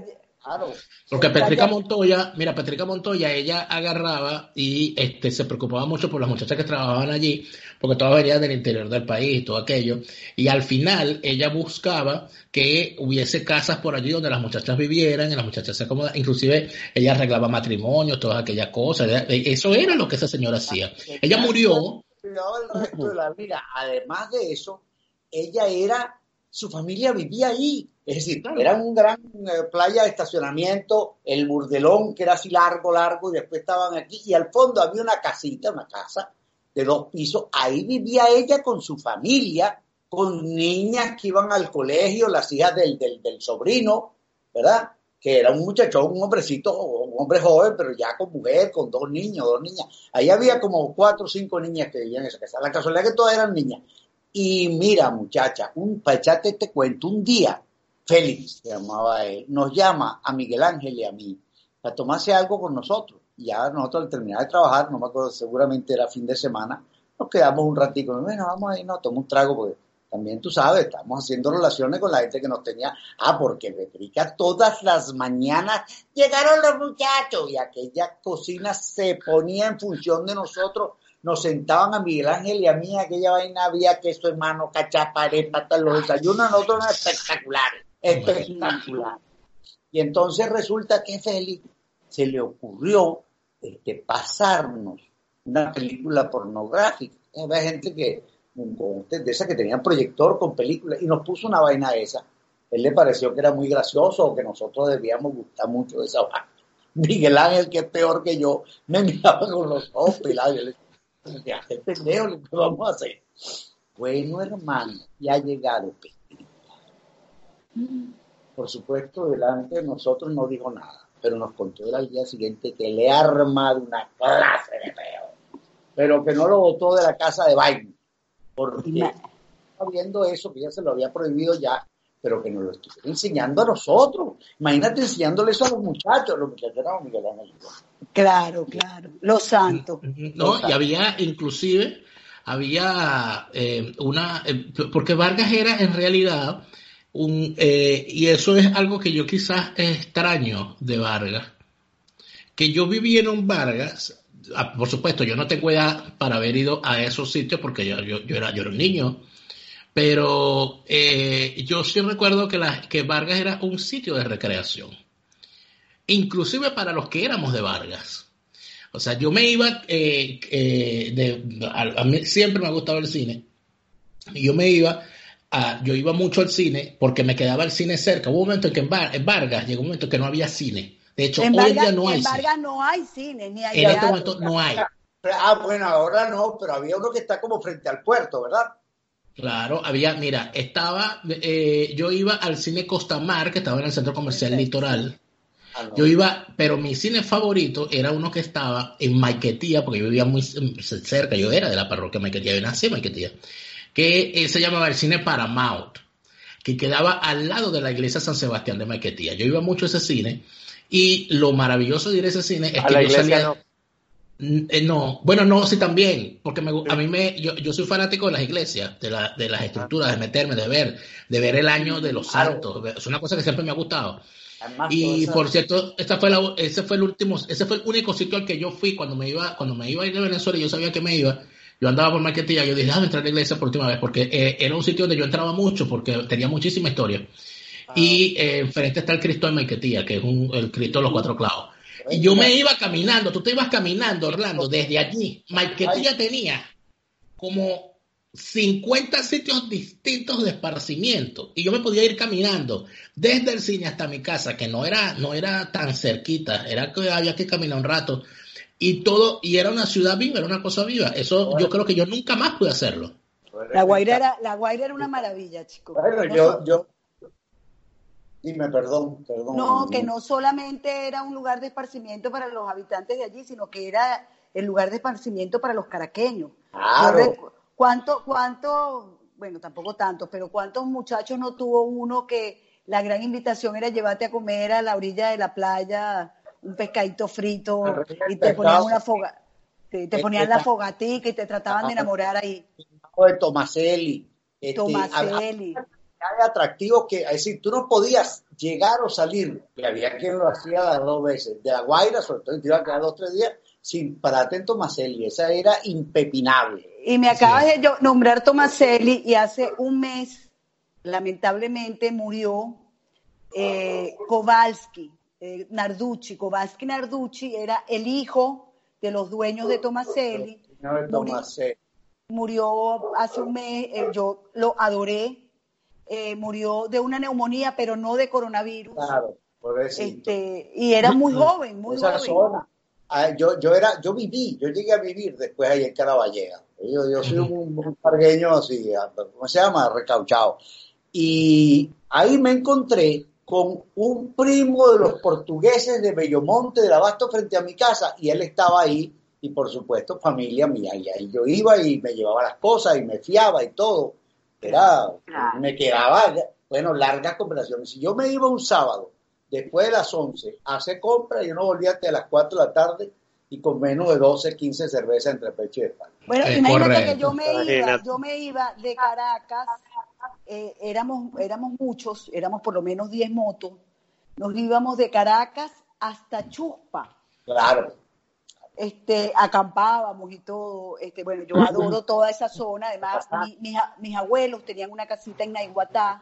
Claro. Porque Petrica Montoya, mira, Petrica Montoya, ella agarraba y este se preocupaba mucho por las muchachas que trabajaban allí, porque todas venían del interior del país, todo aquello, y al final ella buscaba que hubiese casas por allí donde las muchachas vivieran, y las muchachas se acomodaban, inclusive ella arreglaba matrimonios, todas aquellas cosas, eso era lo que esa señora hacía. Ella murió. El resto de la vida. Además de eso, ella era, su familia vivía ahí. Es decir, claro, era un gran eh, playa de estacionamiento, el burdelón que era así largo, largo, y después estaban aquí, y al fondo había una casita, una casa de dos pisos, ahí vivía ella con su familia, con niñas que iban al colegio, las hijas del, del, del sobrino, ¿verdad? Que era un muchachón, un hombrecito, un hombre joven, pero ya con mujer, con dos niños, dos niñas. Ahí había como cuatro o cinco niñas que vivían en esa casa. La casualidad es que todas eran niñas. Y mira, muchacha, un pachate te cuento, un día, Félix se llamaba él, nos llama a Miguel Ángel y a mí a tomarse algo con nosotros. Ya nosotros al terminar de trabajar, no me acuerdo, seguramente era fin de semana, nos quedamos un ratico, bueno, vamos a ir, nos tomamos un trago, porque también tú sabes, estamos haciendo relaciones con la gente que nos tenía, ah, porque Petrica todas las mañanas llegaron los muchachos, y aquella cocina se ponía en función de nosotros. Nos sentaban a Miguel Ángel y a mí, aquella vaina había queso, hermano, cachapa, arepa, los desayunos nosotros eran espectaculares, espectaculares. Y entonces resulta que a Félix se le ocurrió este, pasarnos una película pornográfica. Había gente que, de esas que tenían proyector con películas, y nos puso una vaina esa. Él le pareció que era muy gracioso o que nosotros debíamos gustar mucho de esa vaina. Miguel Ángel, que es peor que yo, me miraba con los ojos pelados. Yo le decía, ¿qué pendejo? ¿Qué vamos a hacer? Bueno, hermano, ya ha llegado Petrica. Por supuesto, delante de nosotros no dijo nada, pero nos contó él al día siguiente que le ha armado una clase de peo, pero que no lo botó de la casa de baile, porque estaba viendo eso, que ya se lo había prohibido ya, pero que nos lo estuviera enseñando a nosotros. Imagínate enseñándole eso a los muchachos, los muchachos eran Miguel Ángel. Claro, claro, los santos. No, los santos. Y había inclusive, había eh, una, eh, porque Vargas era en realidad un, eh, y eso es algo que yo quizás extraño de Vargas, que yo viví en un Vargas, por supuesto, yo no tengo edad para haber ido a esos sitios porque yo, yo, yo, era, yo era un niño, pero eh, yo sí recuerdo que, la, que Vargas era un sitio de recreación, inclusive para los que éramos de Vargas. O sea, yo me iba, eh, eh, de, a, a mí siempre me ha gustado el cine, y yo me iba, a, yo iba mucho al cine porque me quedaba el cine cerca. Hubo un momento en que en, Var, en Vargas llegó un momento que no había cine. De hecho, en hoy Vargas, día no hay en cine. Vargas no hay cine, ni hay En este momento no hay. Ah, bueno, ahora no, pero había uno que está como frente al puerto, ¿verdad? Claro, había, mira, estaba, eh, yo iba al cine Costamar, que estaba en el Centro Comercial Litoral. Ah, no. Yo iba, pero mi cine favorito era uno que estaba en Maiquetía, porque yo vivía muy cerca, yo era de la parroquia Maiquetía, yo nací en Maiquetía, que eh, se llamaba el cine Paramount, que quedaba al lado de la iglesia San Sebastián de Maiquetía. Yo iba mucho a ese cine, y lo maravilloso de ir a ese cine es a que la yo iglesia salía... No. Eh, no, bueno, no, sí también, porque me, a mí me, yo, yo soy fanático de las iglesias, de, la, de las estructuras, de meterme, de ver, de ver el año de los santos, es una cosa que siempre me ha gustado. Además, y por cierto, esta fue la, ese fue el último, ese fue el único sitio al que yo fui cuando me iba, cuando me iba a ir de Venezuela y yo sabía que me iba, yo andaba por Maiquetía, yo dije, déjame entrar a la iglesia por última vez, porque eh, era un sitio donde yo entraba mucho, porque tenía muchísima historia. Ah. Y eh, enfrente está el Cristo de Maiquetía, que es un, el Cristo de los cuatro clavos. Y yo me iba caminando, tú te ibas caminando, Orlando, desde allí. Maiquetía tenía como cincuenta sitios distintos de esparcimiento. Y yo me podía ir caminando desde el cine hasta mi casa, que no era, no era tan cerquita, era que había que caminar un rato. Y todo, y era una ciudad viva, era una cosa viva. Eso bueno, yo creo que yo nunca más pude hacerlo. La Guaira era, la Guaira era una maravilla, chicos. Bueno, no yo, yo, dime, perdón, perdón. No, que no solamente era un lugar de esparcimiento para los habitantes de allí, sino que era el lugar de esparcimiento para los caraqueños. Claro. ¿Cuánto, cuánto, bueno, tampoco tanto, pero cuántos muchachos no tuvo uno que la gran invitación era llevarte a comer a la orilla de la playa un pescadito frito y te ponían una foga, te, te ponían la fogatica y te trataban de enamorar ahí. De Tomaselli. Tomaselli. hay atractivos que, es decir, tú no podías llegar o salir, que había quien lo hacía las dos veces, de La Guaira, sobre todo, te iba a quedar dos o tres días, sin pararte en Tomaselli, esa era impepinable. Y me acabas sí. de yo, nombrar Tomaselli, y hace un mes, lamentablemente, murió eh, Kowalski, eh, Narducci. Kowalski Narducci era el hijo de los dueños de Tomaselli. No, de Tomaselli. Murió hace un mes, eh, yo lo adoré, eh, murió de una neumonía, pero no de coronavirus. Claro, por eso. Este, y era muy joven, muy Esa joven. Zona. Ah, yo, yo era, yo viví, yo llegué a vivir después ahí en Caraballega. Yo, yo soy un, un pargueño así, ¿cómo se llama? Recauchado. Y ahí me encontré con un primo de los portugueses de Bellomonte, del Abasto, frente a mi casa, y él estaba ahí. Y por supuesto, familia mía. Y ahí yo iba y me llevaba las cosas y me fiaba y todo. Era, me quedaba, bueno, largas conversaciones. Si yo me iba un sábado, después de las once, a hacer compras, yo no volvía hasta las cuatro de la tarde y con menos de doce, quince cervezas entre pecho y espalda. Bueno, eh, imagínate correcto. que yo me iba, yo me iba de Caracas, eh, éramos, éramos muchos, éramos por lo menos diez motos, nos íbamos de Caracas hasta Chuspa. Claro. Este, acampábamos y todo, este, bueno, yo adoro toda esa zona, además mi, mis, mis abuelos tenían una casita en Naiguatá,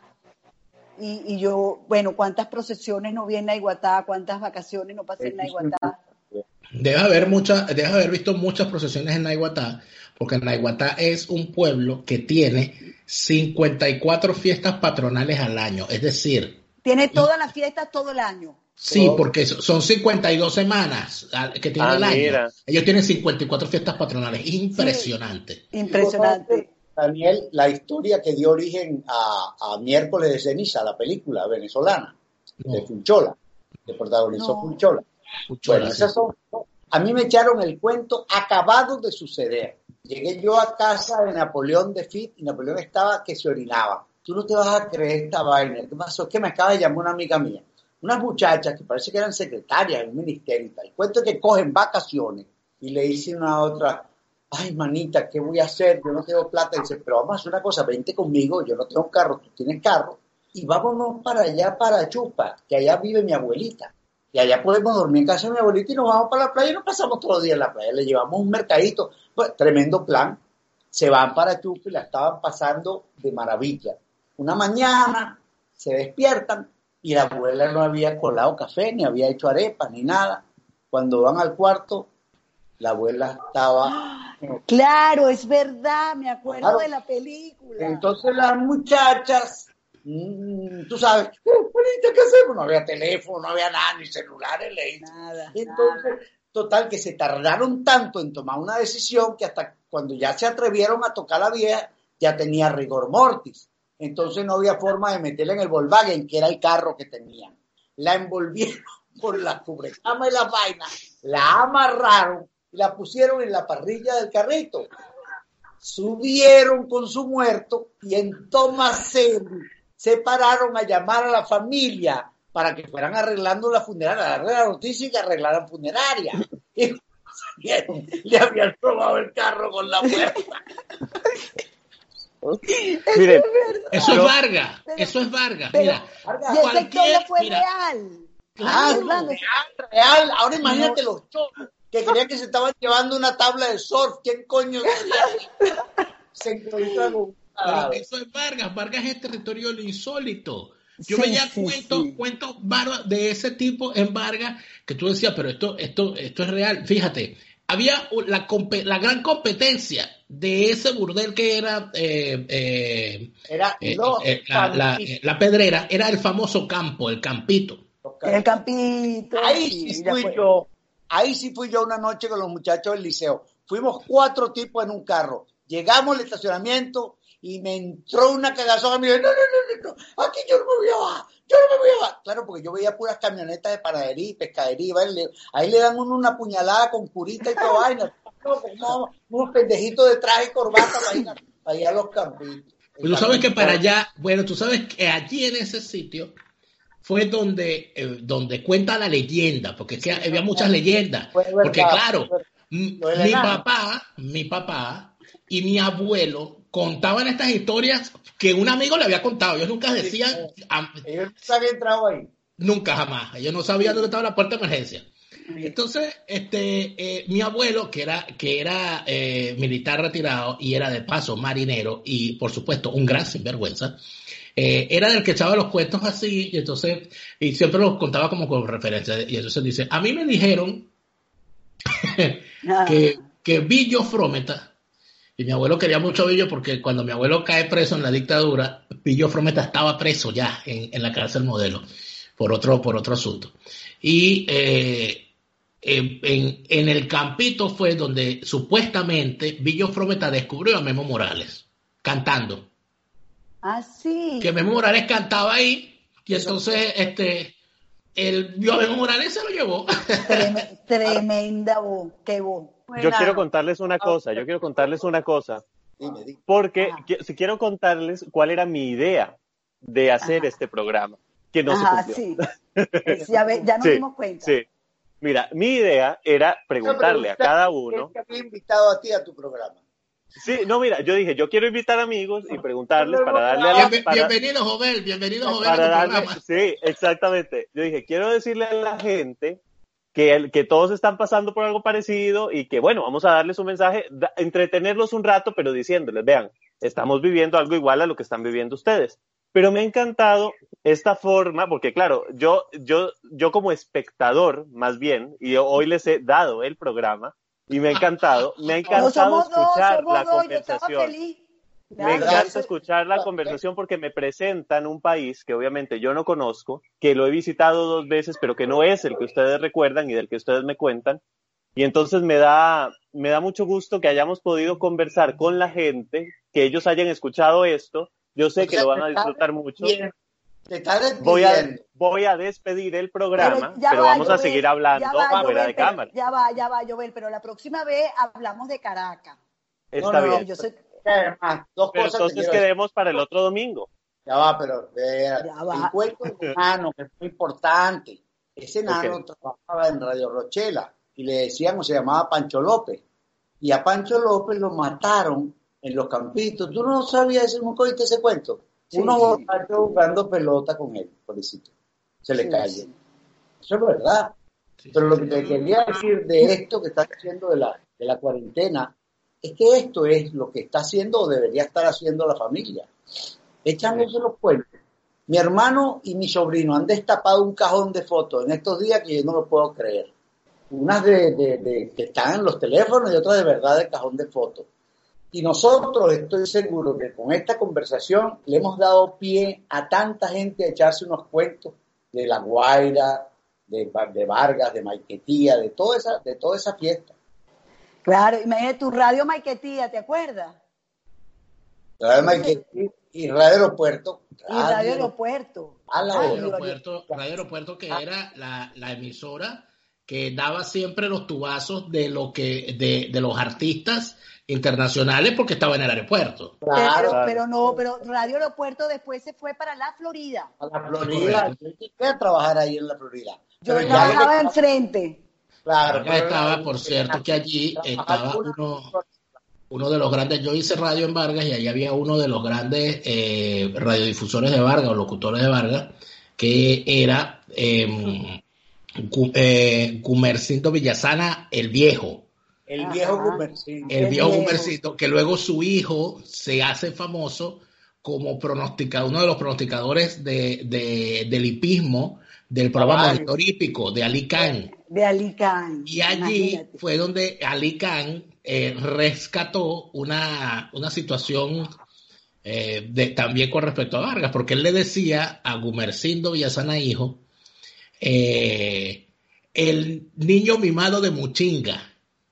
y, y yo, bueno, cuántas procesiones no vi en Naiguatá, cuántas vacaciones no pasé en Naiguatá. Debes haber, mucha, debes haber visto muchas procesiones en Naiguatá, porque Naiguatá es un pueblo que tiene cincuenta y cuatro fiestas patronales al año, es decir... Tiene todas las fiestas todo el año. Sí, porque son cincuenta y dos semanas que tiene ah, el año. Mira. Ellos tienen cincuenta y cuatro fiestas patronales. Impresionante. Sí, impresionante. Daniel, la historia que dio origen a, a Miércoles de Ceniza, la película venezolana, no. de Funchola, que protagonizó no. Funchola. Funchola. Bueno, esas son, a mí me echaron el cuento acabado de suceder. Llegué yo a casa de Napoleón de Fit y Napoleón estaba que se orinaba. Tú no te vas a creer esta vaina. ¿Qué pasó? Es que me acaba de llamar una amiga mía. Unas muchachas que parece que eran secretarias del ministerio y tal. El cuento es que cogen vacaciones y le dicen una a otra, ay, manita, ¿qué voy a hacer? Yo no tengo plata. Y dice, pero vamos a hacer una cosa, vente conmigo, yo no tengo carro, tú tienes carro, y vámonos para allá, para Chuspa, que allá vive mi abuelita. Y allá podemos dormir en casa de mi abuelita y nos vamos para la playa y nos pasamos todos los días en la playa. Le llevamos un mercadito. Pues, tremendo plan. Se van para Chuspa y la estaban pasando de maravilla. Una mañana se despiertan y la abuela no había colado café, ni había hecho arepas, ni nada. Cuando van al cuarto, la abuela estaba... Claro, es verdad, me acuerdo claro. de la película. Entonces las muchachas, mmm, tú sabes, ¿qué hacemos? No había teléfono, no había nada, ni celulares, leí. Nada. Entonces, nada. total, que se tardaron tanto en tomar una decisión que hasta cuando ya se atrevieron a tocar a la vieja, ya tenía rigor mortis. Entonces no había forma de meterla en el Volkswagen, que era el carro que tenían. La envolvieron por la cubrecama y la vaina, la amarraron y la pusieron en la parrilla del carrito. Subieron con su muerto y en Tomaselli se pararon a llamar a la familia para que fueran arreglando la funeraria, darle la noticia y que arreglaran funeraria. Y salieron, le habían robado el carro con la puerta. Miren, eso es Vargas, eso es Vargas, mira. Y esa historia fue mira, real. Claro, real, real. Ahora imagínate no. los chocos que creían que se estaban llevando una tabla de surf. ¿Quién coño se encontraron? Pero eso es Vargas, Vargas es territorio de lo insólito. Yo sí, veía sí, cuentos, sí. cuentos de ese tipo en Vargas que tú decías, pero esto, esto, esto es real. Fíjate, había la, la gran competencia de ese burdel que era, eh, eh, era eh, eh, la, la, la Pedrera, era el famoso campo, el campito. El campito. Ahí sí fui yo, ahí sí fui yo una noche con los muchachos del liceo. Fuimos cuatro tipos en un carro. Llegamos al estacionamiento y me entró una cagazón. Me dijo, no, no, no, no, no, aquí yo no me voy a bajar, yo no me voy a bajar. Claro, porque yo veía puras camionetas de panadería y pescadería. ¿Vale? Ahí le dan uno una puñalada con curita y toda vaina. Como unos pendejitos de traje y corbata para allá a los campitos. Tú sabes que para allá, bueno, tú sabes que allí en ese sitio fue donde, eh, donde cuenta la leyenda, porque es que había muchas leyendas. Porque claro, mi papá, mi papá y mi abuelo contaban estas historias que un amigo le había contado. Ellos nunca decían... Sí, ellos nunca habían entrado ahí. Nunca, jamás. Ellos no sabían dónde estaba la puerta de emergencia. Entonces, este, eh, mi abuelo, que era, que era eh, militar retirado y era de paso marinero y, por supuesto, un gran sinvergüenza, eh, era del que echaba los cuentos así y entonces, y siempre los contaba como con referencia. Y entonces dice, a mí me dijeron que, que Billo Frometa, y mi abuelo quería mucho a Billo porque cuando mi abuelo cae preso en la dictadura, Billo Frometa estaba preso ya en, en la cárcel Modelo por otro, por otro asunto. Y eh, En, en, en el Campito fue donde supuestamente Billo Frometa descubrió a Memo Morales cantando. Ah, sí. Que Memo Morales cantaba ahí y entonces este el vio a Memo Morales se lo llevó. Trem- tremenda voz, qué voz. Yo quiero contarles una cosa, yo quiero contarles una cosa, Dime, dime. porque Ajá. qui- si quiero contarles cuál era mi idea de hacer Ajá. este programa, que no Ajá, se cumplió. sí. Ya, ve- ya nos Sí, dimos cuenta. sí. Mira, mi idea era preguntarle a cada uno. ¿Quién te había invitado a ti a tu programa? Sí, no, mira, yo dije, yo quiero invitar amigos y preguntarles para darle a la, Bien- para, bienvenido, Jovel, bienvenido, Jovel, a para tu darle, programa. sí, exactamente. Yo dije, quiero decirle a la gente que, el- que todos están pasando por algo parecido y que, bueno, vamos a darles un mensaje, da- entretenerlos un rato, pero diciéndoles, vean, estamos viviendo algo igual a lo que están viviendo ustedes. Pero me ha encantado esta forma, porque claro, yo, yo, yo como espectador, más bien, y hoy les he dado el programa, y me ha encantado, me ha No, encantado somos dos, escuchar somos la dos, yo estaba conversación. feliz. Me Claro, encanta eso- escuchar la conversación porque me presentan un país que obviamente yo no conozco, que lo he visitado dos veces, pero que no es el que ustedes recuerdan y del que ustedes me cuentan. Y entonces me da, me da mucho gusto que hayamos podido conversar con la gente, que ellos hayan escuchado esto. Yo sé que lo van a disfrutar mucho. Bien. Te estás despidiendo. Voy a, voy a despedir el programa, pero, ya va, vamos a Jovel, seguir hablando ya va, fuera Jovel, de pero- cámara. Ya va, ya va, Jovel, pero la próxima vez hablamos de Caracas. Está no, no, bien. Yo soy- Además, dos Pero cosas te entonces quiero decir. quedemos para el otro domingo. Ya va, pero eh, Ya va. el cuento del enano, que es muy importante. Ese enano Ok. trabajaba en Radio Rochela y le decíamos, se llamaba Pancho López. Y a Pancho López lo mataron en los campitos. ¿Tú no sabías ese, nunca oíste ese cuento? Sí, Unos sí. borrachos jugando pelota con él, pobrecito. Se le Sí, cayó. sí. Eso es verdad. Sí, Pero sí, lo que sí, te no, quería decir de esto que está haciendo de la, de la cuarentena es que esto es lo que está haciendo o debería estar haciendo la familia. Echándose los cuentos. Mi hermano y mi sobrino han destapado un cajón de fotos en estos días que yo no lo puedo creer. Unas de, de, de que están en los teléfonos y otras de verdad de cajón de fotos. Y nosotros estoy seguro que con esta conversación le hemos dado pie a tanta gente a echarse unos cuentos de La Guaira, de, de Vargas, de Maiquetía, de toda esa, de toda esa fiesta. Claro, imagínate tu radio Maiquetía, ¿te acuerdas? Radio Maiquetía y Radio Aeropuerto. Y Radio Aeropuerto. A la Ay, Radio hora. Aeropuerto, Radio Aeropuerto que era la, la emisora que daba siempre los tubazos de lo que de, de los artistas internacionales porque estaba en el aeropuerto. Claro, pero, claro. pero no, pero Radio Aeropuerto después se fue para la Florida. a la Florida. Yo llegué a trabajar ahí en la Florida. Yo Pero ya trabajaba le- enfrente. Claro, Acá pero- estaba, por cierto, que allí estaba uno, uno de los grandes, yo hice radio en Vargas y allí había uno de los grandes eh, radiodifusores de Vargas o locutores de Vargas, que era eh, Gu- eh, Gumercindo Villasana, el viejo. El viejo Ajá. Gumercindo. El El viejo viejo. Gumercito, que luego su hijo se hace famoso como pronosticador, uno de los pronosticadores de, de- del hipismo del programa Caballo. Monitor Hípico de Ali Khan. De Alicante. Y allí imagínate. fue donde Ali Khan eh, rescató una, una situación eh, de, también con respecto a Vargas, porque él le decía a Gumercindo Villasana hijo, eh, el niño mimado de Muchinga.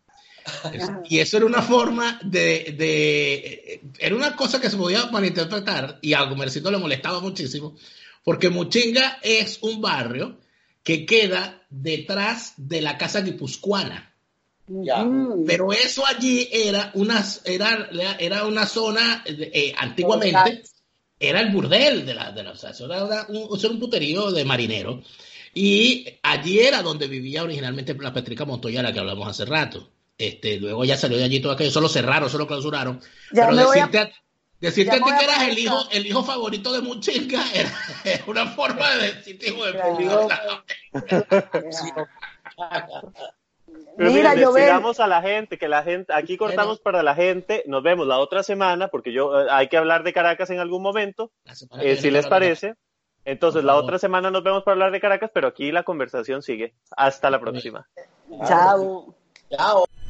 Y eso era una forma de, de... Era una cosa que se podía malinterpretar y a Gumercindo le molestaba muchísimo, porque Muchinga es un barrio que queda detrás de la casa guipuzcoana. Ya. Ujú. Pero eso allí era una, era, era una zona, eh, antiguamente, era el burdel de la, de la o sea, eso era, una- un, eso era un puterío de marinero. Y allí era donde vivía originalmente la Petrica Montoya, a la que hablamos hace rato. Este, luego ya salió de allí todo aquello, eso lo cerraron, eso lo clausuraron. Ya Pero me voy a- decirte, a, Decirte Ya me que voy a eras poner el hijo, esta. el hijo favorito de Muchinga era, era una forma de decirte hijo de Claro. puta. Pero Mira, miren, Jovel, despidamos a la gente, que la gente, aquí cortamos Bueno. para la gente, nos vemos la otra semana, porque yo eh, hay que hablar de Caracas en algún momento, La semana eh, que si viene les para hablar. parece. Entonces, Por la favor. otra semana nos vemos para hablar de Caracas, pero aquí la conversación sigue. Hasta la próxima. chao. Chao.